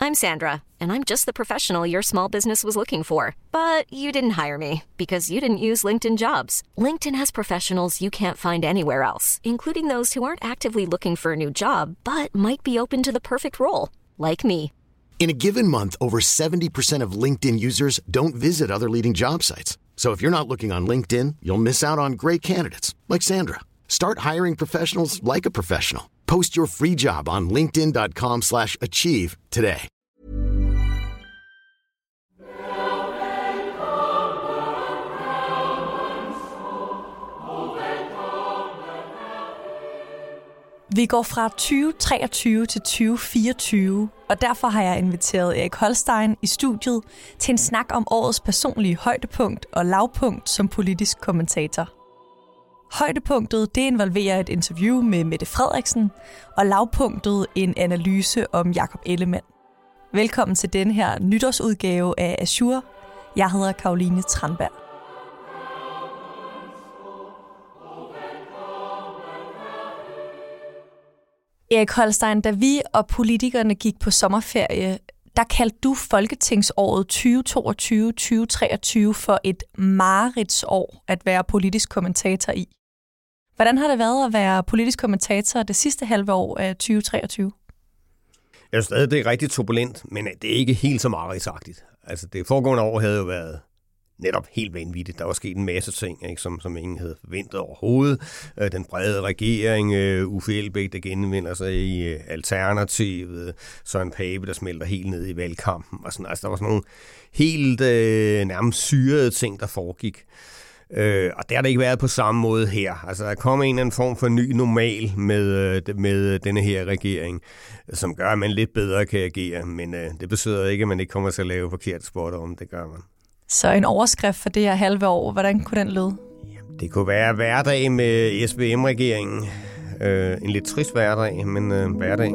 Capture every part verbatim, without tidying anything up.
I'm Sandra, and I'm just the professional your small business was looking for. But you didn't hire me because you didn't use LinkedIn Jobs. LinkedIn has professionals you can't find anywhere else, including those who aren't actively looking for a new job, but might be open to the perfect role, like me. In a given month, over seventy percent of LinkedIn users don't visit other leading job sites. So if you're not looking on LinkedIn, you'll miss out on great candidates like Sandra. Start hiring professionals like a professional. Post your free job on linkedin dot com slash achieve today. Vi går fra tyve treogtyve til tyve fireogtyve, og derfor har jeg inviteret Erik Holstein i studiet til en snak om årets personlige højdepunkt og lavpunkt som politisk kommentator. Højdepunktet det involverer et interview med Mette Frederiksen, og lavpunktet en analyse om Jakob Ellemann. Velkommen til denne her nytårsudgave af Azure. Jeg hedder Caroline Tranberg. Erik Holstein, da vi og politikerne gik på sommerferie, der kaldte du folketingsåret tyve toogtyve til tyve treogtyve for et mareridtsår at være politisk kommentator i. Hvordan har det været at være politisk kommentator det sidste halve år af tyve treogtyve? Jeg synes stadig, det er rigtig turbulent, men det er ikke helt så mareridtsagtigt. Altså det foregående år havde jo været netop helt vanvittigt. Der var sket en masse ting, ikke, som, som ingen havde forventet overhovedet. Den brede regering, Uffe Elbæk, der genvinder sig i Alternativet, Søren Pape, der smelter helt ned i valgkampen. Og sådan. Altså, der var sådan nogle helt øh, nærmest syrede ting, der foregik. Øh, og det har det ikke været på samme måde her. Altså, der kommer en eller anden form for ny normal med, med denne her regering, som gør, at man lidt bedre kan agere. Men øh, det betyder ikke, at man ikke kommer til at lave forkert spot om. Det gør man. Så en overskrift for det her halve år, hvordan kunne den lyde? Det kunne være hverdag med S V M-regeringen. Øh, en lidt trist hverdag, men øh, hverdag.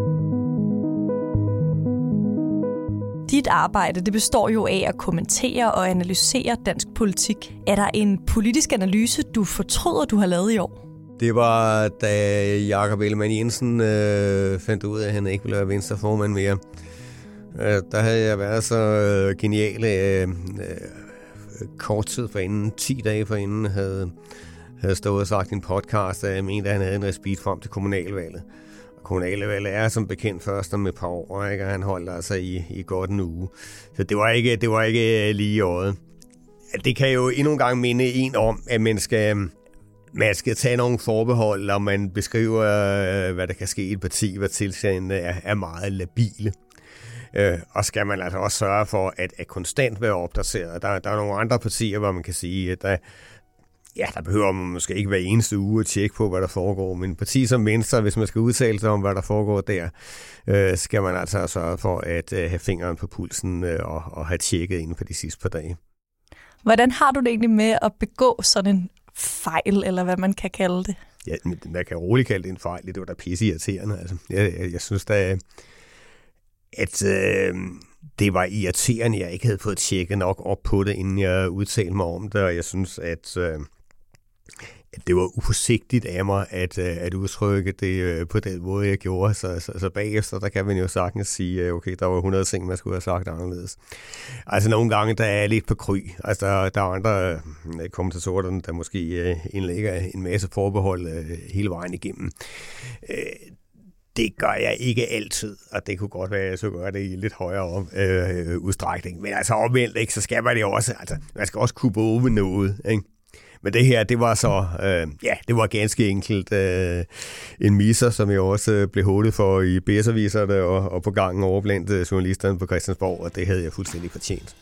Dit arbejde det består jo af at kommentere og analysere dansk politik. Er der en politisk analyse, du fortryder, du har lavet i år? Det var, da Jakob Ellemann Jensen øh, fandt ud af, at han ikke ville være venstreformand mere. Der havde jeg været så genial, øh, kort tid forinden, ti dage forinden, havde, havde stået og sagt i en podcast, at jeg mente, at han havde en respit frem til kommunalvalget. Og kommunalvalget er som bekendt først om et par år, ikke? Og han holdt altså i, i godt en uge. Så det var ikke, det var ikke lige i året. Det kan jo endnu en gang minde en om, at man skal, man skal tage nogle forbehold, og man beskriver, hvad der kan ske i et parti, hvor tilstandene er, er meget labile. Øh, og skal man altså også sørge for at, at konstant være opdateret. Der, der er nogle andre partier, hvor man kan sige, at der, ja, der behøver man måske ikke hver eneste uge at tjekke på, hvad der foregår. Men parti som Venstre, hvis man skal udtale sig om, hvad der foregår der, øh, skal man altså sørge for at øh, have fingeren på pulsen øh, og, og have tjekket inden for de sidste par dage. Hvordan har du det egentlig med at begå sådan en fejl, eller hvad man kan kalde det? Ja, man kan roligt kalde det en fejl. Det var da pisse irriterende. Altså, jeg, jeg, jeg synes da, at øh, det var irriterende, at jeg ikke havde fået tjekket nok op på det, inden jeg udtalte mig om det, og jeg synes, at, øh, at det var uforsigtigt af mig at, øh, at udtrykke det øh, på den måde, jeg gjorde. Så, så, så bagefter, der kan man jo sagtens sige, at okay, der var hundrede ting, man skulle have sagt anderledes. Altså nogle gange, der er lidt på kry. Altså der, der er andre øh, kommentatorer, der måske øh, indlægger en masse forbehold øh, hele vejen igennem. Øh, Det gør jeg ikke altid, og det kunne godt være, at jeg så gør det i lidt højere øh, udstrækning. Men altså omvendt, ikke, så skal man det også. Altså, man skal også kunne bove noget, ikke? Men det her, det var så, øh, ja, det var ganske enkelt øh, en misser, som jeg også øh, blev hålet for i B S-aviserne og, og på gangen over blandt øh, journalisterne på Christiansborg, og det havde jeg fuldstændig fortjent.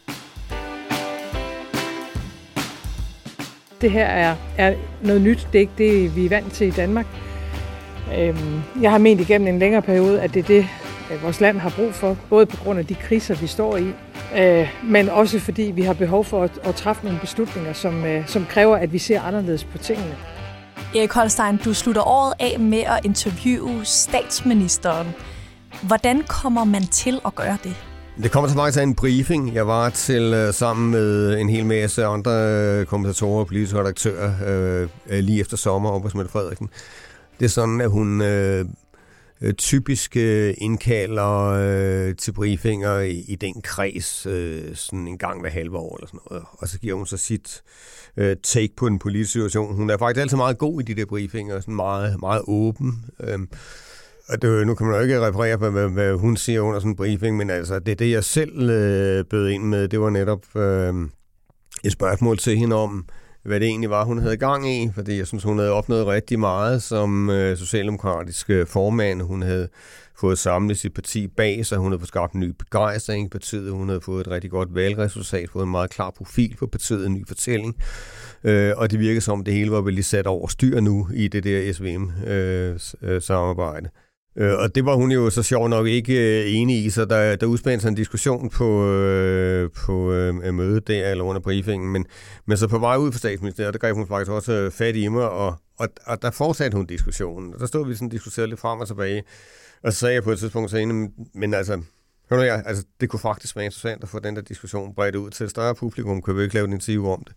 Det her er, er noget nyt. Det er ikke det, vi er vant til i Danmark. Jeg har ment igennem en længere periode, at det er det, vores land har brug for, både på grund af de kriser, vi står i, men også fordi vi har behov for at, at træffe nogle beslutninger, som, som kræver, at vi ser anderledes på tingene. Erik Holstein, du slutter året af med at interviewe statsministeren. Hvordan kommer man til at gøre det? Det kommer så faktisk af en briefing. Jeg var til sammen med en hel masse andre kommentatorer og politiske redaktører øh, lige efter sommer op hos Mette Frederiksen. Det er sådan, at hun øh, øh, typisk øh, indkalder øh, til briefinger i, i den kreds øh, sådan en gang hver halve år eller sådan noget. Og så giver hun så sit øh, take på den politiske situation. Hun er faktisk altid meget god i de der briefinger, sådan meget, meget åben. Øh, og det, nu kan man jo ikke referere på, hvad, hvad hun siger under sådan en briefing, men altså det, det jeg selv øh, bød ind med, det var netop øh, et spørgsmål til hende om, hvad det egentlig var, hun havde gang i, fordi jeg synes, hun havde opnået rigtig meget som øh, socialdemokratisk øh, formand. Hun havde fået samlet sit parti bag sig, hun havde fået skabt en ny begejstring i partiet, hun havde fået et rigtig godt valgresultat, fået en meget klar profil på partiet, en ny fortælling, øh, og det virker som, det hele var vel lige sat over styr nu i det der S V M-samarbejde. Øh, Og det var hun jo så sjov nok ikke øh, enig i, så der, der udspændte sig en diskussion på, øh, på øh, mødet der, eller under briefingen. Men, men så på vej ud fra statsministeriet, der greb hun faktisk også fat i mig, og, og, og der fortsatte hun diskussionen. Der stod vi sådan og diskuterede lidt frem og tilbage, og så sagde jeg på et tidspunkt til hende, men, men altså, hør nu jeg, altså, det kunne faktisk være interessant at få den der diskussion bredt ud til et større publikum, kunne vi ikke lave en interview om det.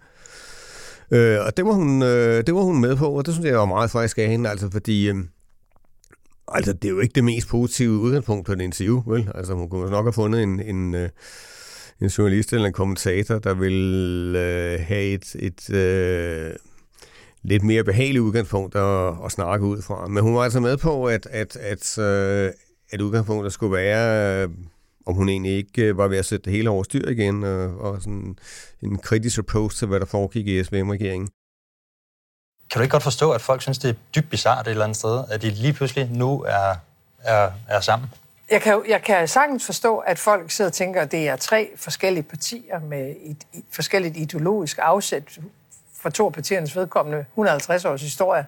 Øh, og det var, hun, øh, det var hun med på, og det synes jeg var meget frisk af hende, altså fordi... Øh, Altså, det er jo ikke det mest positive udgangspunkt på et interview, vel? Altså, hun kunne nok have fundet en, en, en journalist eller en kommentator, der vil øh, have et, et øh, lidt mere behageligt udgangspunkt at, at snakke ud fra. Men hun var altså med på, at, at, at, øh, at udgangspunktet skulle være, øh, om hun egentlig ikke var ved at sætte det hele over styr igen, og, og sådan en kritisk approach til, hvad der foregik i S V M-regeringen. Kan du ikke godt forstå, at folk synes, det er dybt bizarrt et eller andet sted, at de lige pludselig nu er, er, er sammen? Jeg kan, jeg kan sagtens forstå, at folk sidder og tænker, at det er tre forskellige partier med et, et forskelligt ideologisk afsæt for to partiernes vedkommende et hundrede og halvtreds års historie,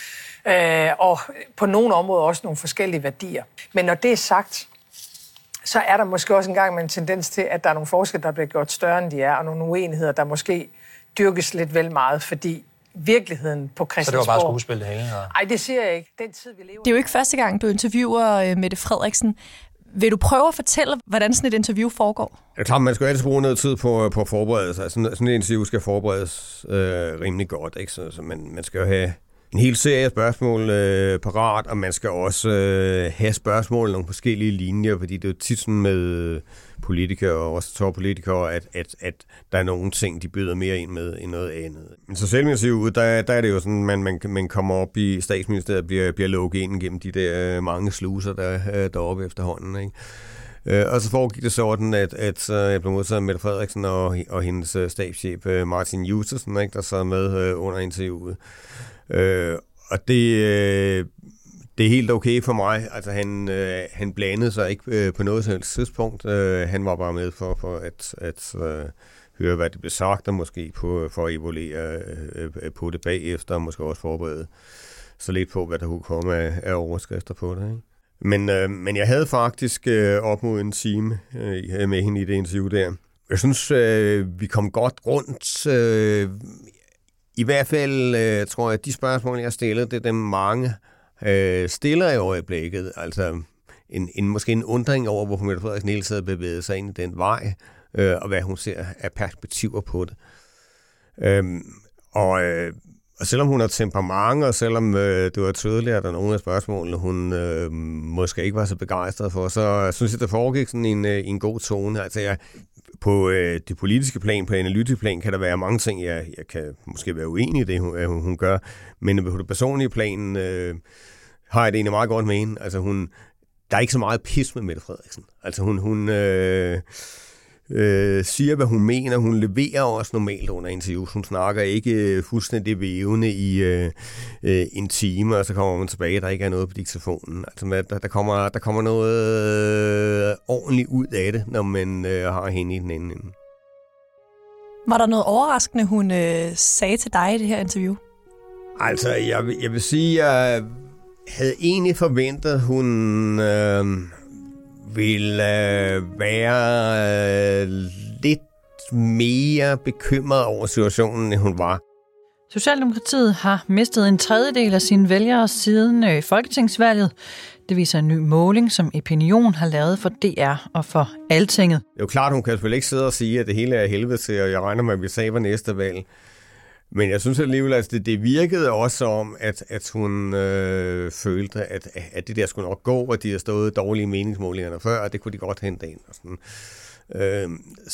øh, og på nogle områder også nogle forskellige værdier. Men når det er sagt, så er der måske også engang med en tendens til, at der er nogle forskelle, der bliver gjort større, end de er, og nogle uenigheder, der måske dyrkes lidt vel meget, fordi virkeligheden på Christiansborg... Så det var bare skuespil det hele? Nej, det siger jeg ikke. Den tid, vi lever... Det er jo ikke første gang, du interviewer Mette Frederiksen. Vil du prøve at fortælle, hvordan sådan et interview foregår? Det er klart, man skal altid bruge noget tid på, på at forberede sig. Sådan, sådan et interview skal forberedes øh, rimelig godt, ikke? Så, så man, man skal jo have en hel serie af spørgsmål øh, parat, og man skal også øh, have spørgsmål nogle forskellige linjer, fordi det er jo tit sådan med politikere og også toppolitikere, at, at, at der er nogle ting, de byder mere ind med end noget andet. Men så selv interviewet, der, der er det jo sådan, man, man, man kommer op i statsministeriet og bliver, bliver lukket ind gennem de der øh, mange sluser, der er deroppe efterhånden, ikke? Øh, og så foregik det sådan, at, at jeg blev modtaget af Mette Frederiksen og, og hendes stabschef Martin Justesen, ikke, der sad med øh, under interviewet. Øh, og det, øh, det er helt okay for mig. Altså han, øh, han blandede sig ikke øh, på noget som helst tidspunkt. Øh, han var bare med for, for at, at øh, høre, hvad det blev sagt, og måske på, for at evaluere øh, på det bagefter, og måske også forberede så lidt på, hvad der kunne komme af, af overskrifter på det, ikke? Men, øh, men jeg havde faktisk øh, op mod en time øh, med hende i det interview der. Jeg synes, øh, vi kom godt rundt. Øh, I hvert fald øh, tror jeg, at de spørgsmål, jeg stillede, det er dem mange øh, stiller i øjeblikket. Altså en, en, måske en undring over, hvorfor Mette Frederiksen hele tiden bevægede sig ind i den vej, øh, og hvad hun ser af perspektiver på det. Øh, og... Øh, Og selvom hun har temperament, og selvom øh, det var tydeligt, at der er nogle af spørgsmålene, hun øh, måske ikke var så begejstret for, så synes jeg, der foregik sådan en, øh, en god tone. Altså jeg, på øh, det politiske plan, på analytiske plan, kan der være mange ting, jeg, jeg kan måske være uenig i det, hun, hun, hun gør. Men på det personlige plan øh, har jeg det egentlig meget godt med hende. Altså hun, der er ikke så meget pis med Mette Frederiksen. Altså hun... hun øh, Øh, siger, hvad hun mener. Hun leverer også normalt under interviews. Hun snakker ikke øh, fuldstændig vævende i øh, øh, en time, og så kommer man tilbage, der ikke er noget på diktafonen. Altså, der, der, kommer, der kommer noget øh, ordentligt ud af det, når man øh, har hende i den anden ende. Var der noget overraskende, hun øh, sagde til dig i det her interview? Altså, jeg, jeg vil sige, jeg havde egentlig forventet, at hun... Øh, vil øh, være øh, lidt mere bekymret over situationen, end hun var. Socialdemokratiet har mistet en tredjedel af sine vælgere siden øh, folketingsvalget. Det viser en ny måling, som Opinion har lavet for D R og for Altinget. Det er jo klart, hun kan selvfølgelig ikke sidde og sige, at det hele er helvede til, og jeg regner med, at vi taber næste valg. Men jeg synes alligevel, at det, det virkede også om, at, at hun øh, følte, at, at det der skulle nok gå, og de har stået dårlige meningsmålingerne før, og det kunne de godt hente ind. Og sådan. Øh,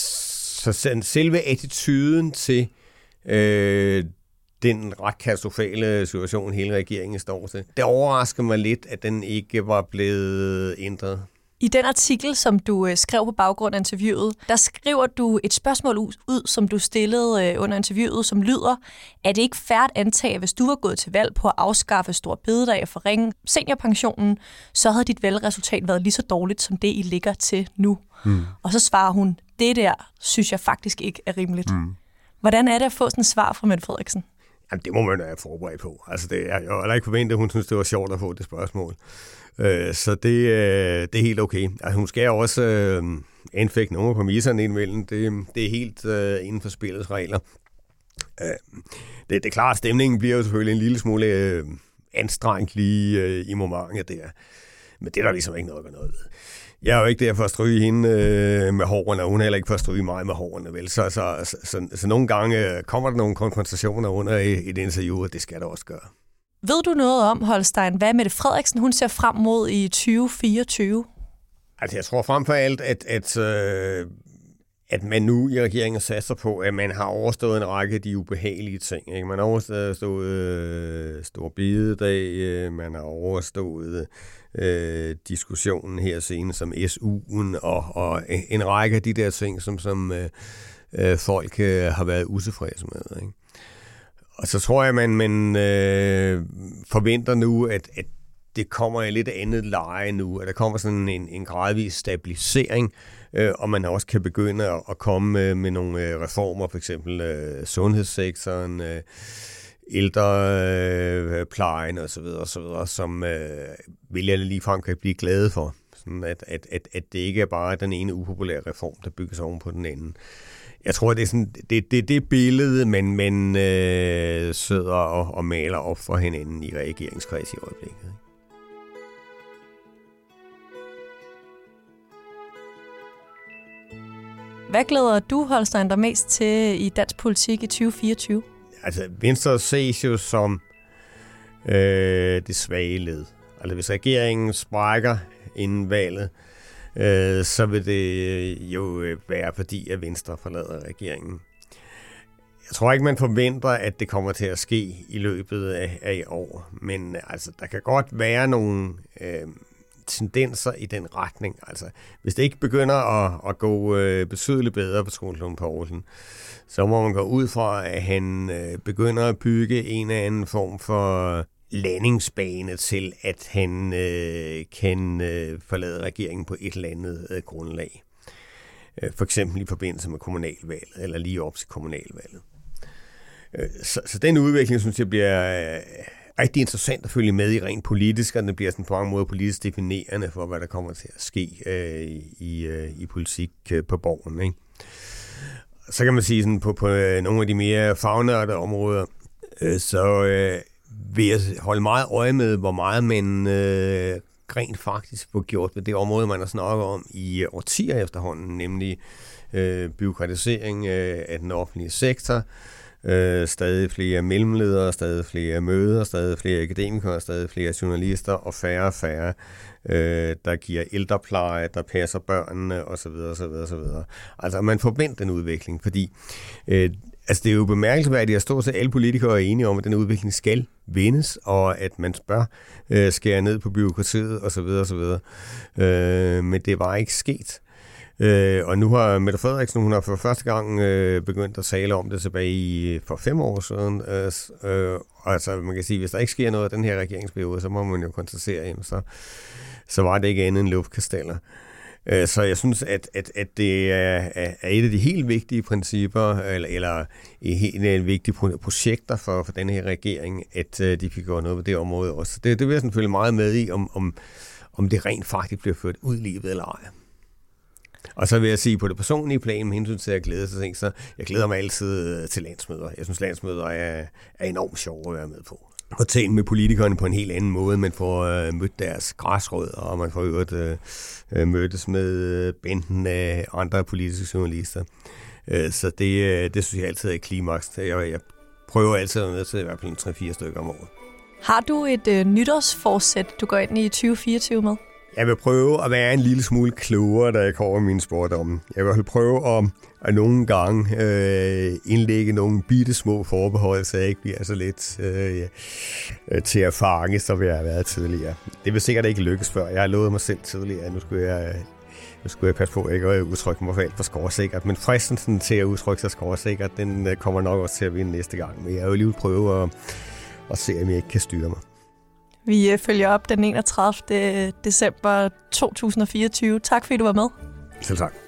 så selve attituden til øh, den ret katastrofale situation, hele regeringen står til, det overrasker mig lidt, at den ikke var blevet ændret. I den artikel, som du øh, skrev på baggrund af interviewet, der skriver du et spørgsmål ud, som du stillede øh, under interviewet, som lyder, er det ikke fair at antage, at hvis du var gået til valg på at afskaffe store bededag og forringe seniorpensionen, så havde dit valgresultat været lige så dårligt, som det I ligger til nu. Mm. Og så svarer hun, det der synes jeg faktisk ikke er rimeligt. Mm. Hvordan er det at få sådan et svar fra Mette Frederiksen? Jamen, det må man være forberedt på. Altså, det er, jeg har ikke forventet, at hun synes, det var sjovt at få det spørgsmål. Øh, så det, øh, det er helt okay. Altså, hun skal også øh, anfægte nogle af præmisserne indimellem. Det, det er helt øh, inden for spillets regler. Øh, det, det er klart, at stemningen bliver jo selvfølgelig en lille smule øh, anstrengt lige øh, i momentet der. Men det er der ligesom ikke noget at gøre noget ved. Jeg er jo ikke der for at stryge hende øh, med hårene, og hun er heller ikke for at stryge mig med hårene, vel? Så, så, så, så, så nogle gange kommer der nogle konfrontationer under et, et interview, og det skal der også gøre. Ved du noget om, Holstein, hvad Mette Frederiksen hun ser frem mod i tyve fireogtyve? Altså, jeg tror frem for alt, at, at, øh, at man nu i regeringen satser på, at man har overstået en række af de ubehagelige ting. Ikke? Man har overstået øh, stor bededag, øh, man har overstået øh, diskussionen her senest som S U'en, og, og en række af de der ting, som, som øh, folk øh, har været utilfredse med. Ikke? Og så tror jeg, man, man øh, forventer nu, at, at det kommer i lidt andet leje nu, at der kommer sådan en, en gradvis stabilisering, øh, og man også kan begynde at, at komme med, med nogle øh, reformer, for eksempel øh, sundhedssektoren, øh, ældreplejen øh, osv., osv., som øh, vælgerne ligefrem kan blive glade for. Sådan at, at, at, at det ikke er bare den ene upopulære reform, der bygges oven på den anden. Jeg tror, det er sådan, det, det, det billede, man, man øh, sidder og, og maler op for hinanden i regeringskreds i øjeblikket. Hvad glæder du, Holstein, dig mest til i dansk politik i tyve fireogtyve? Altså, Venstre ses jo som øh, det svage led. Altså, hvis regeringen sprækker inden valget, øh, så vil det jo være fordi, at Venstre forlader regeringen. Jeg tror ikke, man forventer, at det kommer til at ske i løbet af, af i år. Men altså, der kan godt være nogle øh, tendenser i den retning. Altså, hvis det ikke begynder at, at gå øh, betydeligt bedre på Troels Lund Poulsen, så må man gå ud fra, at han øh, begynder at bygge en eller anden form for landingsbane til, at han øh, kan øh, forlade regeringen på et eller andet øh, grundlag. Øh, for eksempel i forbindelse med kommunalvalget, eller lige op til kommunalvalget. Øh, så, så den udvikling, synes jeg, bliver øh, rigtig interessant at følge med i rent politisk, og den bliver sådan på mange måder politisk definerende for, hvad der kommer til at ske øh, i, øh, i politik øh, på borgen, ikke? Så kan man sige sådan på, på øh, nogle af de mere fagnørdede områder, øh, så øh, vil jeg holde meget øje med, hvor meget man øh, rent faktisk får gjort ved det område, man har snakket om i årtier efterhånden, nemlig øh, bureaukratisering øh, af den offentlige sektor, øh, stadig flere mellemledere, stadig flere møder, stadig flere akademikere, stadig flere journalister og færre og færre, øh, der giver ældrepleje, der passer børnene osv. osv., osv. Altså man forventer en udvikling, fordi øh, altså, det er jo bemærkelsesværdigt, at stort set alle politikere er enige om, at den udvikling skal vendes, og at man bør øh, skære ned på bureaukratiet osv. osv. Øh, men det var ikke sket. Øh, og nu har Mette Frederiksen, hun har for første gang øh, begyndt at tale om det tilbage i, for fem år siden. Øh, øh, altså, man kan sige, hvis der ikke sker noget af den her regeringsperiode, så må man jo konstatere, jamen, så, så var det ikke andet end luftkasteller. Så jeg synes, at, at, at det er, er et af de helt vigtige principper, eller, eller et helt vigtige projekter for, for denne her regering, at de fik gjort noget på det område også. Det, det vil jeg sådan følge meget med i, om, om, om det rent faktisk bliver ført ud i livet eller ej. Og så vil jeg sige, på det personlige plan, med hensyn til at glæde sig, så jeg glæder mig altid til landsmøder. Jeg synes, landsmøder er, er enormt sjove at være med på. Og tale med politikerne på en helt anden måde. Man får øh, mødt deres græsrødder, og man får øvrigt øh, mødtes med banden af andre politiske journalister. Øh, så det, øh, det synes jeg altid er et klimaks. Jeg, jeg prøver altid at være med til i hvert fald tre fire stykker om året. Har du et øh, nytårsforsæt, du går ind i tyve fireogtyve med? Jeg vil prøve at være en lille smule klogere, da jeg kommer mine spordomme. Jeg vil prøve at, at nogle gange øh, indlægge nogle bitte små forbehold, så jeg ikke bliver så lidt øh, til at fange, som jeg har været tidligere. Det vil sikkert ikke lykkes før. Jeg har lovet mig selv tidligere, nu skulle jeg, nu skulle jeg passe på, at jeg ikke udtrykke mig for alt for skråsikkert. Men fristelsen til at udtrykke sig skråsikkert, den kommer nok også til at vinde næste gang. Men jeg vil lige prøve at, at se, om jeg ikke kan styre mig. Vi følger op den enogtredivte december to tusind og fireogtyve. Tak fordi du var med. Selv tak.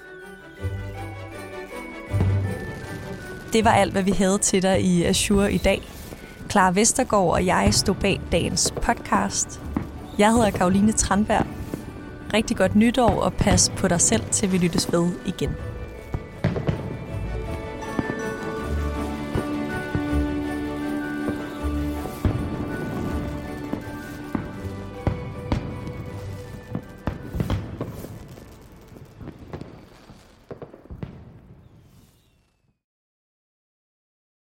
Det var alt, hvad vi havde til dig i Azure i dag. Clara Vestergaard og jeg stod bag dagens podcast. Jeg hedder Caroline Tranberg. Rigtig godt nytår og pas på dig selv, til vi lyttes ved igen.